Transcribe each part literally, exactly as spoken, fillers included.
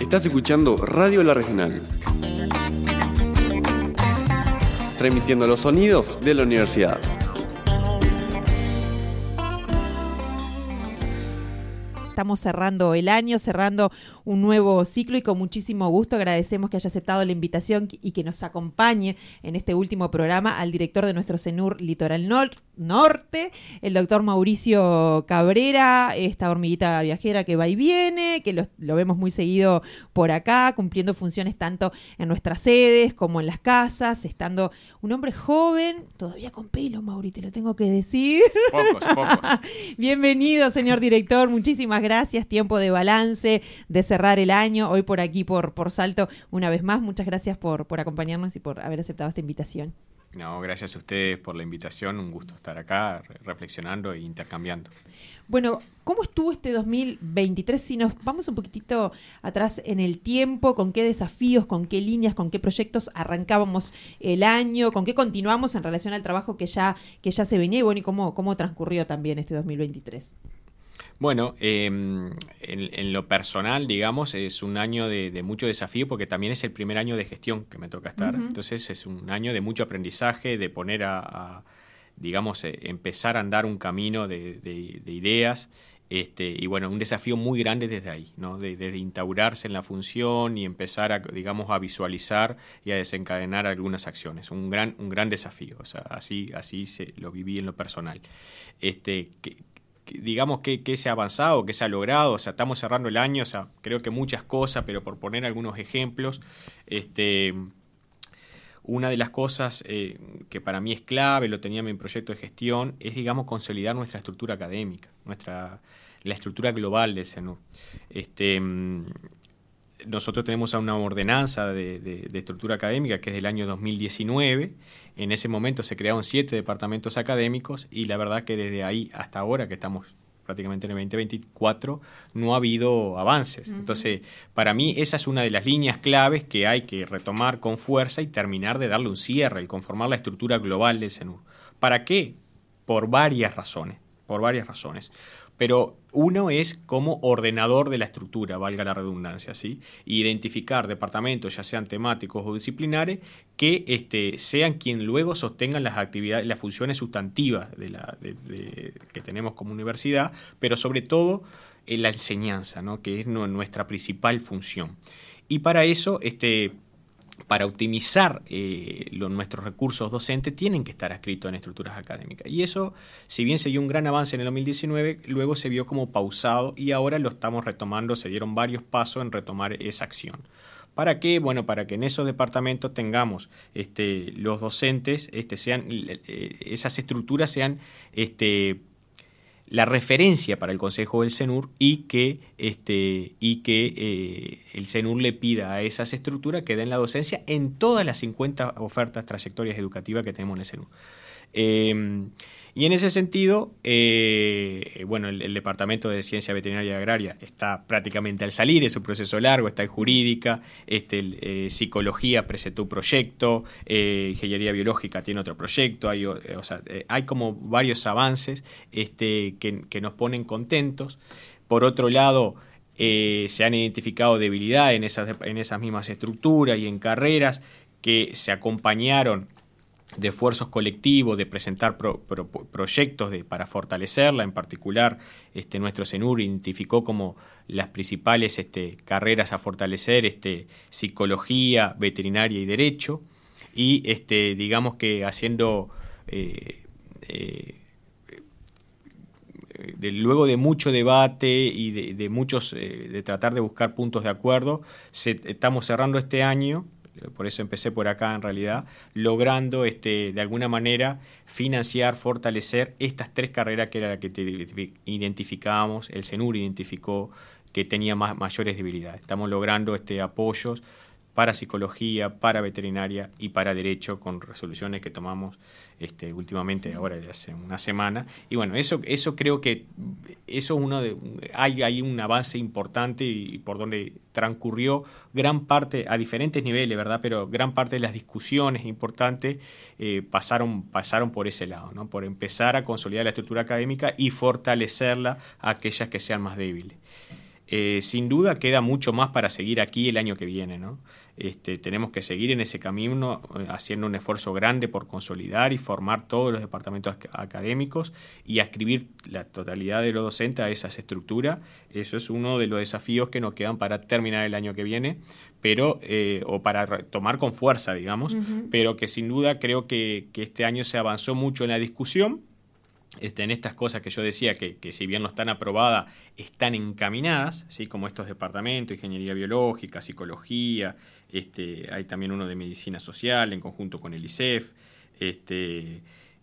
Estás escuchando Radio La Regional, transmitiendo los sonidos de la universidad. Estamos cerrando el año, cerrando un nuevo ciclo y con muchísimo gusto agradecemos que haya aceptado la invitación y que nos acompañe en este último programa al director de nuestro CENUR Litoral Nor- Norte, el doctor Mauricio Cabrera, esta hormiguita viajera que va y viene, que lo, lo vemos muy seguido por acá, cumpliendo funciones tanto en nuestras sedes como en las casas, estando un hombre joven, todavía con pelo, Mauri, te lo tengo que decir. Pocos, pocos. Bienvenido, señor director, muchísimas gracias. Gracias, tiempo de balance, de cerrar el año, hoy por aquí, por, por Salto, una vez más. Muchas gracias por, por acompañarnos y por haber aceptado esta invitación. No, gracias a ustedes por la invitación, un gusto estar acá re- reflexionando e intercambiando. Bueno, ¿cómo estuvo este dos mil veintitrés? Si nos vamos un poquitito atrás en el tiempo, ¿con qué desafíos, con qué líneas, con qué proyectos arrancábamos el año? ¿Con qué continuamos en relación al trabajo que ya, que ya se venía? Y bueno, ¿y cómo, cómo transcurrió también este dos mil veintitrés? Bueno, eh, en, en lo personal, digamos, es un año de, de mucho desafío porque también es el primer año de gestión que me toca estar. Uh-huh. Entonces es un año de mucho aprendizaje, de poner a, a digamos, eh, empezar a andar un camino de, de, de ideas. Este, y bueno, un desafío muy grande desde ahí, ¿no? De, de instaurarse en la función y empezar a, digamos, a visualizar y a desencadenar algunas acciones. Un gran, un gran desafío. O sea, así, así se, lo viví en lo personal. Este, que, digamos que, que se ha avanzado, que se ha logrado, o sea, estamos cerrando el año, o sea, creo que muchas cosas, pero por poner algunos ejemplos, este, una de las cosas eh, que para mí es clave, lo tenía en mi proyecto de gestión, es, digamos, consolidar nuestra estructura académica, nuestra, la estructura global del CENUR. Este, nosotros tenemos una ordenanza de, de, de estructura académica que es del año dos mil diecinueve. En ese momento se crearon siete departamentos académicos y la verdad que desde ahí hasta ahora, que estamos prácticamente en el veinte veinticuatro, no ha habido avances. Uh-huh. Entonces, para mí esa es una de las líneas claves que hay que retomar con fuerza y terminar de darle un cierre y conformar la estructura global del CENUR. ¿Para qué? Por varias razones, por varias razones. Pero uno es como ordenador de la estructura, valga la redundancia, ¿sí? Identificar departamentos, ya sean temáticos o disciplinares, que este, sean quien luego sostengan las actividades, las funciones sustantivas de la, de, de, que tenemos como universidad, pero sobre todo en la enseñanza, ¿no? Que es no, nuestra principal función. Y para eso, este, para optimizar eh, lo, nuestros recursos docentes, tienen que estar adscritos en estructuras académicas. Y eso, si bien se dio un gran avance en el dos mil diecinueve, luego se vio como pausado y ahora lo estamos retomando, se dieron varios pasos en retomar esa acción. ¿Para qué? Bueno, para que en esos departamentos tengamos este, los docentes, este, sean, eh, esas estructuras sean este, la referencia para el Consejo del CENUR y que, este, y que eh, el CENUR le pida a esas estructuras que den la docencia en todas las cincuenta ofertas trayectorias educativas que tenemos en el CENUR. Eh, y en ese sentido, eh, bueno, el, el Departamento de Ciencia Veterinaria y Agraria está prácticamente al salir, es un proceso largo, está en jurídica, este, el, eh, psicología presentó un proyecto, eh, ingeniería biológica tiene otro proyecto, hay, o sea, eh, hay como varios avances este, que, que nos ponen contentos. Por otro lado, eh, se han identificado debilidades en esas, en esas mismas estructuras y en carreras que se acompañaron de esfuerzos colectivos, de presentar pro, pro, proyectos de, para fortalecerla. En particular, este, nuestro CENUR identificó como las principales este, carreras a fortalecer este, psicología, veterinaria y derecho, y este, digamos que haciendo, eh, eh, de, luego de mucho debate y de, de muchos, eh, de tratar de buscar puntos de acuerdo, se, estamos cerrando este año. Por eso empecé por acá en realidad, logrando este, de alguna manera financiar, fortalecer estas tres carreras que era la que te identificábamos, el CENUR identificó que tenía más, mayores debilidades. Estamos logrando este, apoyos para psicología, para veterinaria y para derecho con resoluciones que tomamos este, últimamente, ahora de hace una semana. Y bueno, eso, eso creo que eso es uno de, hay, hay un avance importante y por donde transcurrió gran parte, a diferentes niveles, ¿verdad? Pero gran parte de las discusiones importantes eh, pasaron, pasaron por ese lado, ¿no? Por empezar a consolidar la estructura académica y fortalecerla a aquellas que sean más débiles. Eh, sin duda queda mucho más para seguir aquí el año que viene, ¿no? Este, tenemos que seguir en ese camino haciendo un esfuerzo grande por consolidar y formar todos los departamentos académicos y adscribir la totalidad de los docentes a esas estructuras. Eso es uno de los desafíos que nos quedan para terminar el año que viene, pero eh, o para tomar con fuerza, digamos, uh-huh. pero que sin duda creo que, que este año se avanzó mucho en la discusión. Este, en estas cosas que yo decía que, que si bien no están aprobadas, están encaminadas, ¿sí? Como estos departamentos, ingeniería biológica, psicología, este, hay también uno de medicina social en conjunto con el I C E F, este,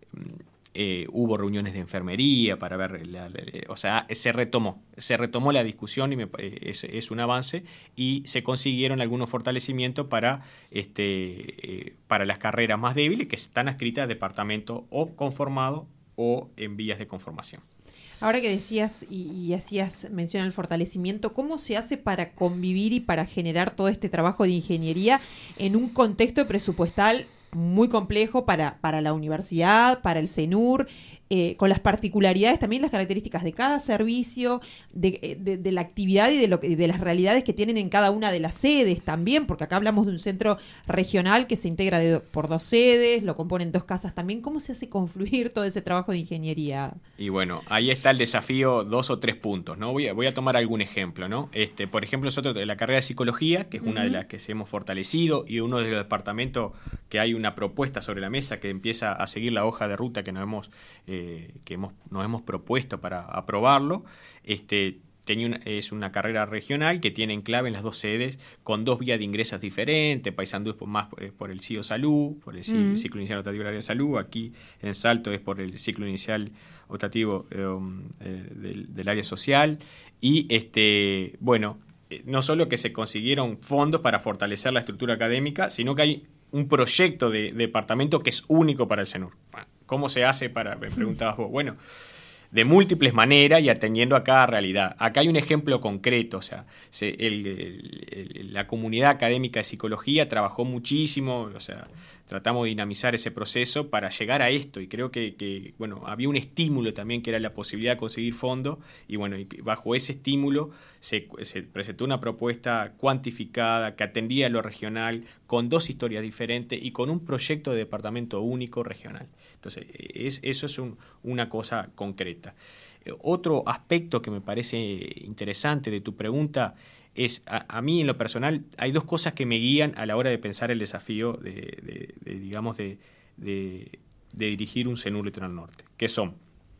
eh, hubo reuniones de enfermería para ver, la, la, o sea, se retomó, se retomó la discusión y me, es, es un avance y se consiguieron algunos fortalecimientos para, este, eh, para las carreras más débiles que están adscritas a departamento o conformado o en vías de conformación. Ahora que decías y, y hacías mención al fortalecimiento, ¿cómo se hace para convivir y para generar todo este trabajo de ingeniería en un contexto presupuestal muy complejo para, para la universidad, para el CENUR, eh, con las particularidades, también las características de cada servicio, de, de, de la actividad y de, lo que, de las realidades que tienen en cada una de las sedes también, porque acá hablamos de un centro regional que se integra de, por dos sedes, lo componen dos casas también. ¿Cómo se hace confluir todo ese trabajo de ingeniería? Y bueno, ahí está el desafío, dos o tres puntos, ¿no? Voy a, voy a tomar algún ejemplo, ¿no? Este, por ejemplo, nosotros de la carrera de psicología, que es uh-huh. una de las que se hemos fortalecido, y uno de los departamentos que hay una propuesta sobre la mesa que empieza a seguir la hoja de ruta que nos hemos, eh, que hemos, nos hemos propuesto para aprobarlo. Este, tenía una, es una carrera regional que tiene enclave en las dos sedes con dos vías de ingresos diferentes. Paysandú es por, más eh, por el C I O Salud, por el mm. ciclo inicial optativo del área de salud. Aquí en Salto es por el ciclo inicial optativo eh, eh, del, del área social. Y este, bueno, eh, no solo que se consiguieron fondos para fortalecer la estructura académica, sino que hay un proyecto de, de departamento que es único para el CENUR. ¿Cómo se hace para, me preguntabas vos? Bueno, de múltiples maneras y atendiendo a cada realidad. Acá hay un ejemplo concreto, o sea, se, el, el, el, la comunidad académica de psicología trabajó muchísimo, o sea, tratamos de dinamizar ese proceso para llegar a esto y creo que, que bueno, había un estímulo también que era la posibilidad de conseguir fondos y bueno, y bajo ese estímulo se, se presentó una propuesta cuantificada que atendía a lo regional con dos historias diferentes y con un proyecto de departamento único regional. Entonces, es, eso es un, una cosa concreta. Otro aspecto que me parece interesante de tu pregunta es, a, a mí en lo personal, hay dos cosas que me guían a la hora de pensar el desafío de, de, de digamos, de, de, de dirigir un CENUR Litoral Norte, que son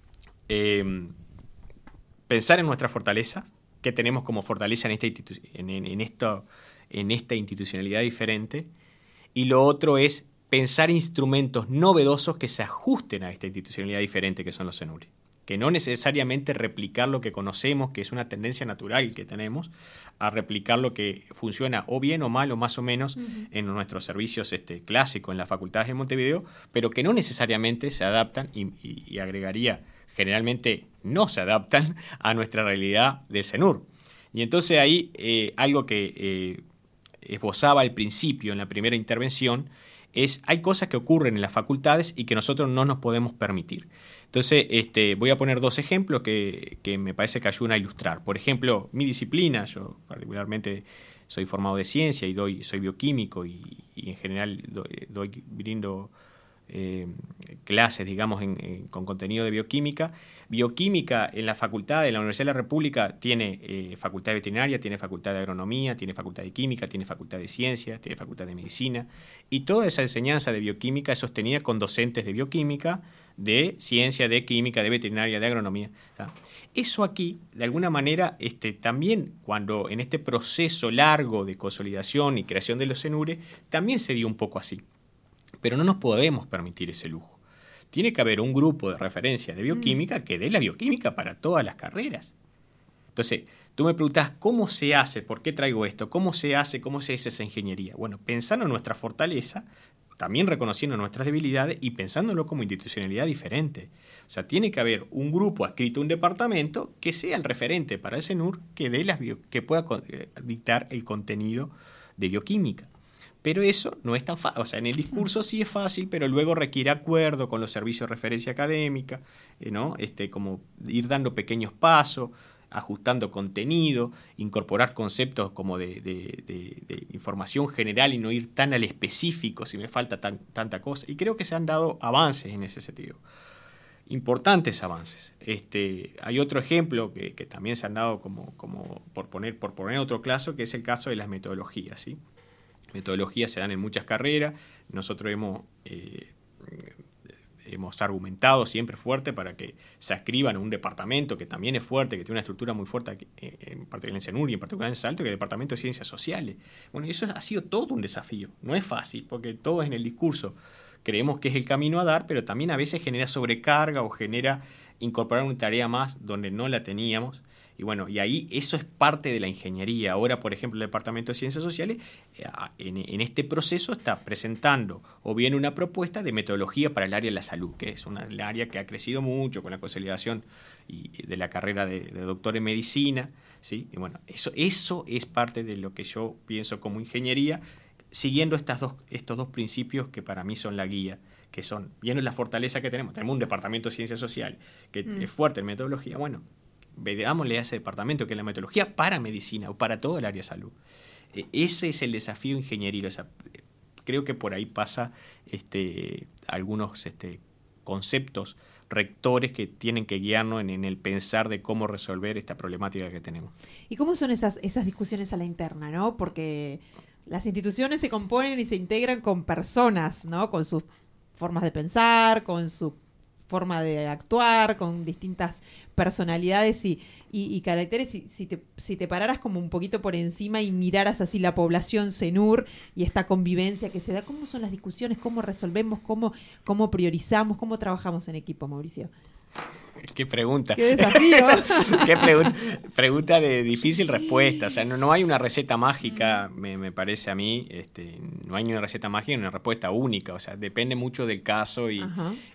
eh, pensar en nuestras fortalezas, que tenemos como fortaleza en esta, institu- en, en, en, esto, en esta institucionalidad diferente, y lo otro es pensar instrumentos novedosos que se ajusten a esta institucionalidad diferente que son los CENURI. Que no necesariamente replicar lo que conocemos, que es una tendencia natural que tenemos, a replicar lo que funciona o bien o mal o más o menos uh-huh. en nuestros servicios este, clásicos en las facultades de Montevideo, pero que no necesariamente se adaptan y, y, y agregaría, generalmente no se adaptan a nuestra realidad de CENUR. Y entonces ahí eh, algo que eh, esbozaba al principio en la primera intervención es hay cosas que ocurren en las facultades y que nosotros no nos podemos permitir. Entonces, este, voy a poner dos ejemplos que, que me parece que ayudan a ilustrar. Por ejemplo, mi disciplina, yo particularmente soy formado de ciencia y doy, soy bioquímico y, y en general doy, doy brindo eh, clases, digamos, en, en, con contenido de bioquímica. Bioquímica en la facultad de la Universidad de la República tiene eh, facultad de veterinaria, tiene facultad de agronomía, tiene facultad de química, tiene facultad de ciencia, tiene facultad de medicina. Y toda esa enseñanza de bioquímica es sostenida con docentes de bioquímica, de ciencia, de química, de veterinaria, de agronomía. ¿Tá? Eso aquí, de alguna manera, este, también cuando en este proceso largo de consolidación y creación de los CENURE, también se dio un poco así. Pero no nos podemos permitir ese lujo. Tiene que haber un grupo de referencia de bioquímica mm. que dé la bioquímica para todas las carreras. Entonces, tú me preguntás, ¿cómo se hace? ¿Por qué traigo esto? ¿Cómo se hace? ¿Cómo se hace esa ingeniería? Bueno, pensando en nuestra fortaleza, también reconociendo nuestras debilidades y pensándolo como institucionalidad diferente. O sea, tiene que haber un grupo adscrito a un departamento que sea el referente para el CENUR que, dé las bio, que pueda dictar el contenido de bioquímica. Pero eso no es tan fácil. O sea, en el discurso sí es fácil, pero luego requiere acuerdo con los servicios de referencia académica, eh, ¿no? Este, como ir dando pequeños pasos. ajustando contenido, incorporar conceptos como de, de, de, de información general y no ir tan al específico si me falta tan, tanta cosa. Y creo que se han dado avances en ese sentido. Importantes avances. Este, hay otro ejemplo que, que también se han dado como, como por poner, por poner otro caso, que es el caso de las metodologías, ¿sí? Metodologías se dan en muchas carreras. Nosotros hemos, eh, hemos argumentado siempre fuerte para que se adscriban a un departamento que también es fuerte, que tiene una estructura muy fuerte, eh, en particular en CENUR y en particular en Salto, que es el Departamento de Ciencias Sociales. Bueno, eso ha sido todo un desafío. No es fácil, porque todo es en el discurso. Creemos que es el camino a dar, pero también a veces genera sobrecarga o genera incorporar una tarea más donde no la teníamos. Y bueno, y ahí eso es parte de la ingeniería. Ahora, por ejemplo, el Departamento de Ciencias Sociales en, en este proceso está presentando o bien una propuesta de metodología para el área de la salud, que es una el área que ha crecido mucho con la consolidación y, de la carrera de, de doctor en medicina, ¿sí? Y bueno, eso, eso es parte de lo que yo pienso como ingeniería, siguiendo estas dos, estos dos principios que para mí son la guía, que son, viendo la fortaleza que tenemos. Tenemos un Departamento de Ciencias Sociales que mm. es fuerte en metodología. Bueno, veámosle a ese departamento que es la metodología para medicina o para todo el área de salud. Eh, ese es el desafío ingenieril. O sea, creo que por ahí pasa este, algunos este, conceptos rectores que tienen que guiarnos en, en el pensar de cómo resolver esta problemática que tenemos. ¿Y cómo son esas, esas discusiones a la interna, no? Porque las instituciones se componen y se integran con personas, ¿no? Con sus formas de pensar, con su forma de actuar, con distintas personalidades y, y, y caracteres. Si, si, te, si te pararas como un poquito por encima y miraras así la población CENUR y esta convivencia que se da, ¿cómo son las discusiones? ¿Cómo resolvemos? ¿Cómo, cómo priorizamos? ¿Cómo trabajamos en equipo, Mauricio? Qué pregunta. Qué desafío. Qué pregunta, pregunta de difícil respuesta. O sea, no, no hay una receta mágica, me, me parece a mí. Este, no hay ni una receta mágica ni una respuesta única. O sea, depende mucho del caso. Y,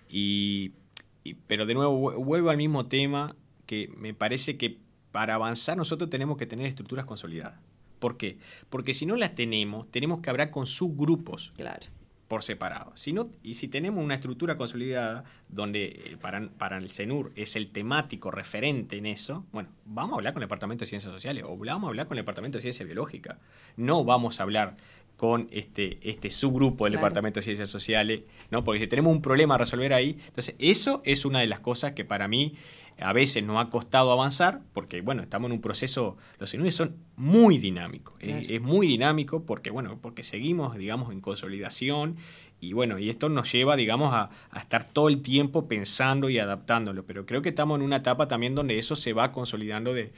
y, y pero de nuevo, vuelvo al mismo tema, que me parece que para avanzar nosotros tenemos que tener estructuras consolidadas. ¿Por qué? Porque si no las tenemos, tenemos que hablar con subgrupos. Claro. Por separado. Si no, y si tenemos una estructura consolidada donde eh, para, para el CENUR es el temático referente en eso, bueno, vamos a hablar con el Departamento de Ciencias Sociales o vamos a hablar con el Departamento de Ciencia Biológica. No vamos a hablar con este, este subgrupo del claro. Departamento de Ciencias Sociales, ¿no? Porque si tenemos un problema a resolver ahí, entonces eso es una de las cosas que para mí a veces nos ha costado avanzar, porque bueno, estamos en un proceso, los CENURes son muy dinámicos, claro. es, es muy dinámico porque bueno, porque seguimos, digamos, en consolidación y bueno, y esto nos lleva, digamos, a, a estar todo el tiempo pensando y adaptándolo, pero creo que estamos en una etapa también donde eso se va consolidando de,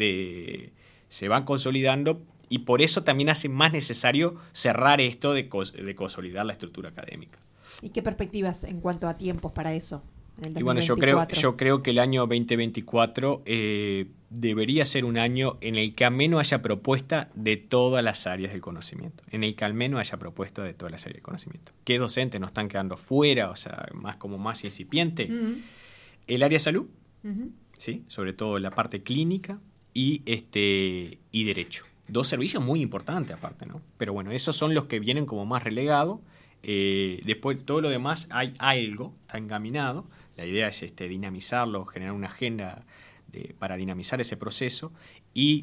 de se va consolidando y por eso también hace más necesario cerrar esto de, de consolidar la estructura académica. ¿Y qué perspectivas en cuanto a tiempos para eso? Y bueno, yo creo, yo creo que el año veinte veinticuatro eh, debería ser un año en el que al menos haya propuesta de todas las áreas del conocimiento. En el que al menos haya propuesta de todas las áreas del conocimiento. ¿Qué docentes nos están quedando fuera? O sea, más como más incipiente. Uh-huh. El área de salud, uh-huh. ¿sí? Sobre todo la parte clínica y, este, y derecho. Dos servicios muy importantes aparte, ¿no? Pero bueno, esos son los que vienen como más relegados. Eh, después todo lo demás hay algo, está encaminado. La idea es este, dinamizarlo, generar una agenda de, para dinamizar ese proceso y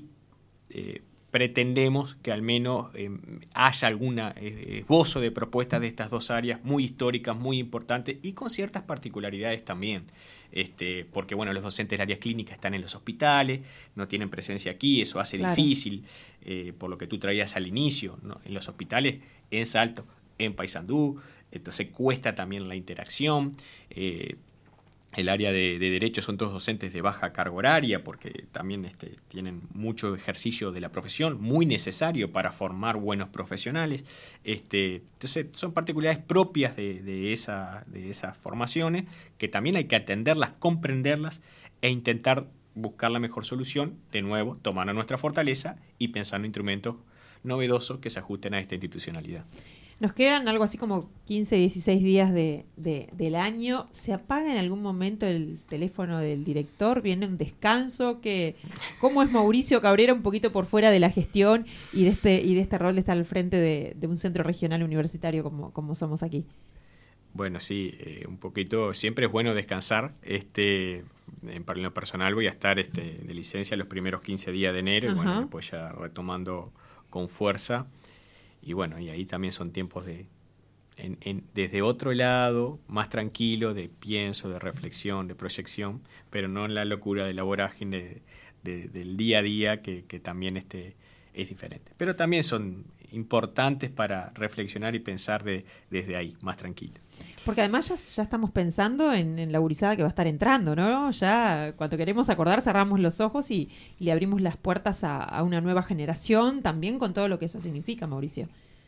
eh, pretendemos que al menos eh, haya algún eh, esbozo de propuestas de estas dos áreas muy históricas, muy importantes y con ciertas particularidades también. Este, porque bueno, los docentes del área clínica están en los hospitales, no tienen presencia aquí, eso hace claro. difícil, eh, por lo que tú traías al inicio, ¿no? En los hospitales, en Salto, en Paysandú, entonces cuesta también la interacción. Eh, el área de, de derecho son todos docentes de baja carga horaria porque también este, tienen mucho ejercicio de la profesión, muy necesario para formar buenos profesionales. Este, entonces son particularidades propias de, de, esa, de esas formaciones que también hay que atenderlas, comprenderlas e intentar buscar la mejor solución, de nuevo, tomando nuestra fortaleza y pensando en instrumentos novedosos que se ajusten a esta institucionalidad. Nos quedan algo así como quince, dieciséis días de, de, del año. ¿Se apaga en algún momento el teléfono del director? ¿Viene un descanso? ¿Qué, ¿Cómo es Mauricio Cabrera un poquito por fuera de la gestión y de este, y de este rol de estar al frente de, de un centro regional universitario como, como somos aquí? Bueno, sí, eh, un poquito, siempre es bueno descansar. Este, en lo personal voy a estar este, de licencia los primeros quince días de enero. Ajá. Y bueno, después ya retomando con fuerza. Y bueno, y ahí también son tiempos de, en, en, desde otro lado, más tranquilo, de pienso, de reflexión, de proyección, pero no en la locura de la vorágine de, de, del día a día, que, que también este, es diferente. Pero también son importantes para reflexionar y pensar de, desde ahí, más tranquilo. Porque además ya, ya estamos pensando en, en la gurizada que va a estar entrando, ¿no? Ya cuando queremos acordar cerramos los ojos y, y le abrimos las puertas a, a una nueva generación, también con todo lo que eso significa, Mauricio.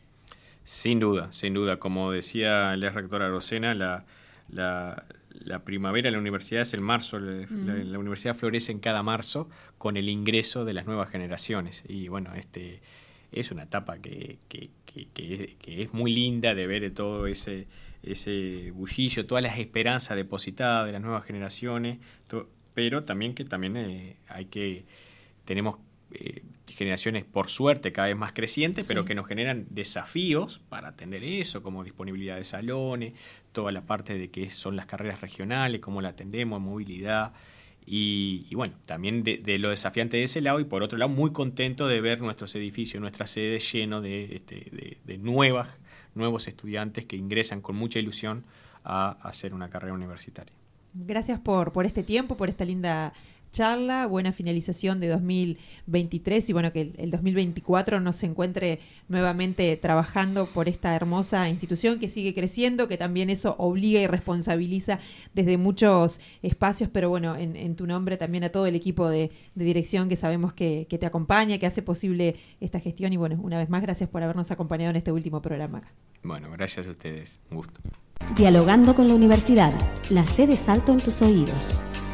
Sin duda, sin duda. Como decía la rectora Rosena, la, la, la primavera de la universidad es el marzo. Mm. La, la universidad florece en cada marzo con el ingreso de las nuevas generaciones. Y bueno, este es una etapa que, que, que, que, que es muy linda de ver todo ese, ese bullicio, todas las esperanzas depositadas de las nuevas generaciones, to, pero también que también eh, hay que, tenemos eh, generaciones por suerte cada vez más crecientes, sí. Pero que nos generan desafíos para atender eso, como disponibilidad de salones, toda la parte de qué son las carreras regionales, cómo la atendemos, movilidad. Y, y bueno, también de, de lo desafiante de ese lado, y por otro lado muy contento de ver nuestros edificios, nuestra sede lleno de, este, de, de nuevas, nuevos estudiantes que ingresan con mucha ilusión a, a hacer una carrera universitaria. Gracias por, por este tiempo, por esta linda charla, buena finalización de dos mil veintitrés y bueno, que el, el dos mil veinticuatro nos encuentre nuevamente trabajando por esta hermosa institución que sigue creciendo, que también eso obliga y responsabiliza desde muchos espacios, pero bueno, en, en tu nombre también a todo el equipo de, de dirección que sabemos que, que te acompaña, que hace posible esta gestión y bueno, una vez más gracias por habernos acompañado en este último programa acá. Bueno, gracias a ustedes, un gusto. Dialogando con la universidad, la sede Salto en tus oídos.